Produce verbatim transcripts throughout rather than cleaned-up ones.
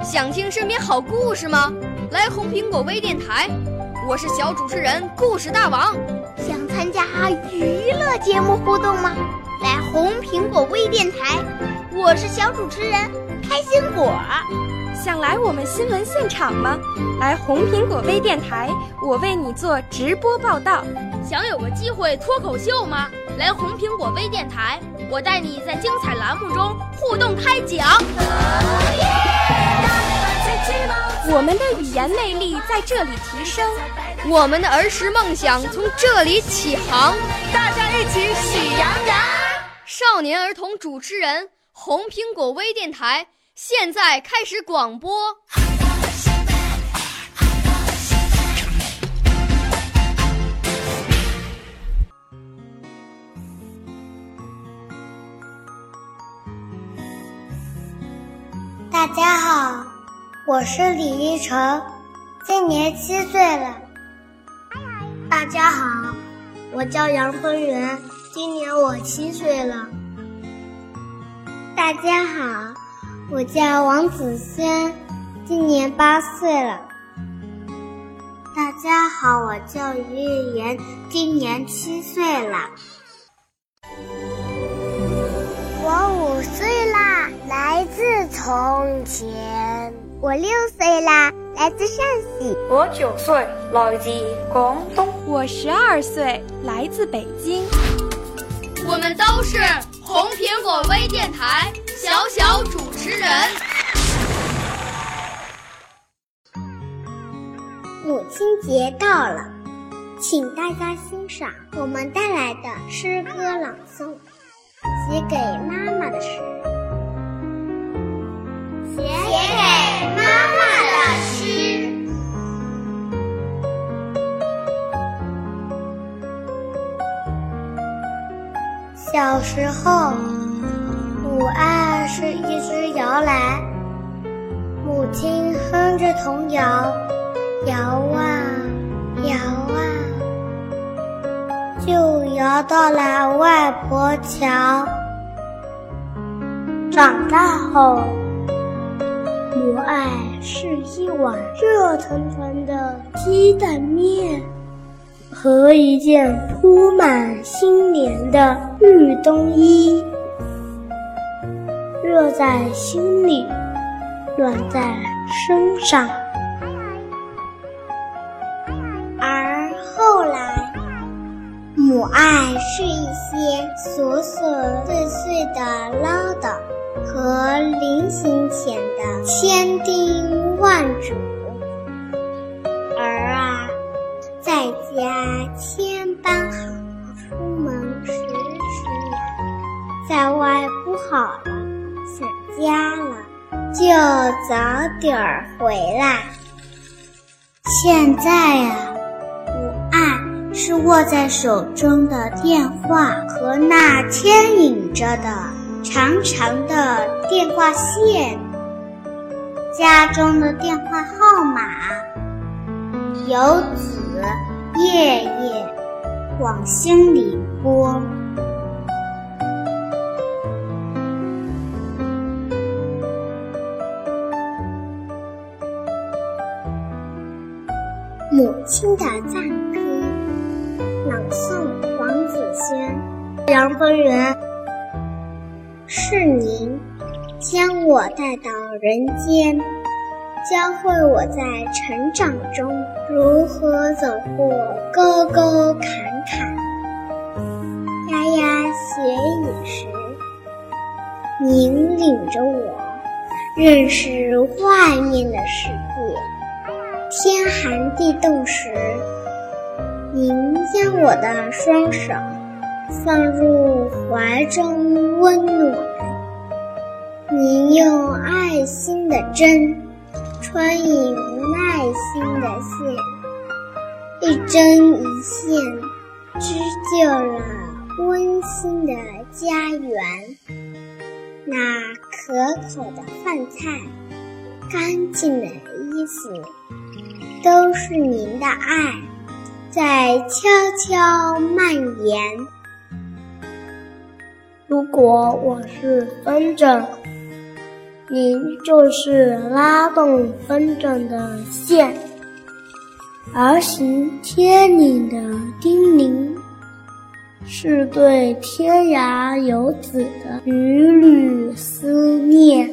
想听身边好故事吗？来红苹果微电台，我是小主持人故事大王。 想参加娱乐节目互动吗？来红苹果微电台，我是小主持人开心果。 想来我们新闻现场吗？来红苹果微电台，我为你做直播报道。 想有个机会脱口秀吗？来红苹果微电台，我带你在精彩栏目中互动开讲。 我们的语言魅力在这里提升， 我们的儿时梦想从这里起航。 大家一起喜羊羊。 少年儿童主持人，红苹果微电台现在开始广播。 大家好，我是李一成，今年七岁了。大家好，我叫杨芬媛，今年我七岁了。大家好，我叫王子轩，今年八岁了。大家好，我叫于玉妍，今年七岁了。我五岁啦，来自从前。我六岁啦，来自陕西。 我九岁，来自广东。 我十二岁，来自北京。 我们都是红苹果微电台小小主持人。 母亲节到了，请大家欣赏我们带来的诗歌朗诵，写给妈妈的诗。写给妈妈的诗。小时候，母爱是一只摇篮，母亲哼着童谣，摇啊摇啊，就摇到了外婆桥。长大后，母爱是一碗热腾腾的鸡蛋面和一件铺满新年的玉冬衣，热在心里，暖在身上。而后来，母爱是一些琐琐碎碎的唠叨和临行前的千叮万嘱，儿啊，在家千般好，出门时时难，在外不好了，想家了，就早点儿回来。现在呀，母爱是握在手中的电话和那牵引着的长长的电话线，家中的电话号码，游子夜夜往心里拨。母亲的赞歌，朗诵王子轩。杨芬媛，是您将我带到人间，教会我在成长中如何走过沟沟坎坎。牙牙学语时，您领着我认识外面的世界。天寒地冻时，您将我的双手放入怀中温暖，您用爱心的针穿引耐心的线，一针一线织就了温馨的家园。那可口的饭菜，干净的衣服，都是您的爱在悄悄蔓延。如果我是风筝， 您就是拉动风筝的线，儿行千里的叮咛，是对天涯游子的缕缕思念。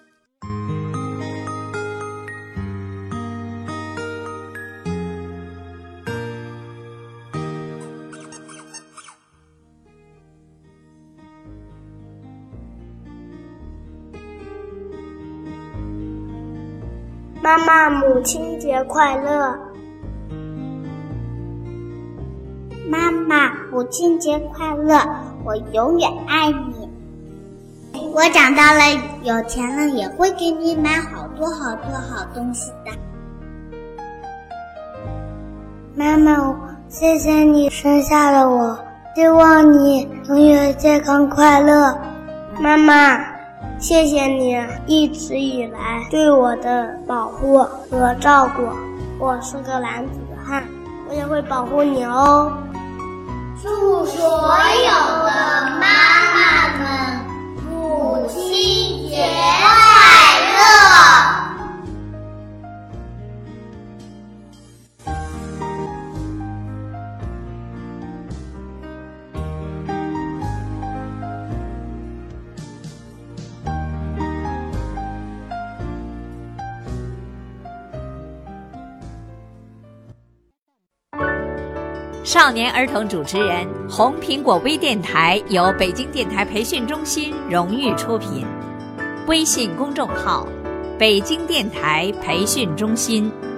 妈妈，母亲节快乐！妈妈，母亲节快乐！我永远爱你。我长大了，有钱了，也会给你买好多好多好东西的。妈妈，谢谢你生下了我，希望你永远健康快乐。妈妈，谢谢你一直以来对我的保护和照顾，我是个男子汉，我也会保护你哦。 祝所有的妈妈们母亲节快乐！ 少年儿童主持人，红苹果微电台由北京电台培训中心荣誉出品，微信公众号：北京电台培训中心。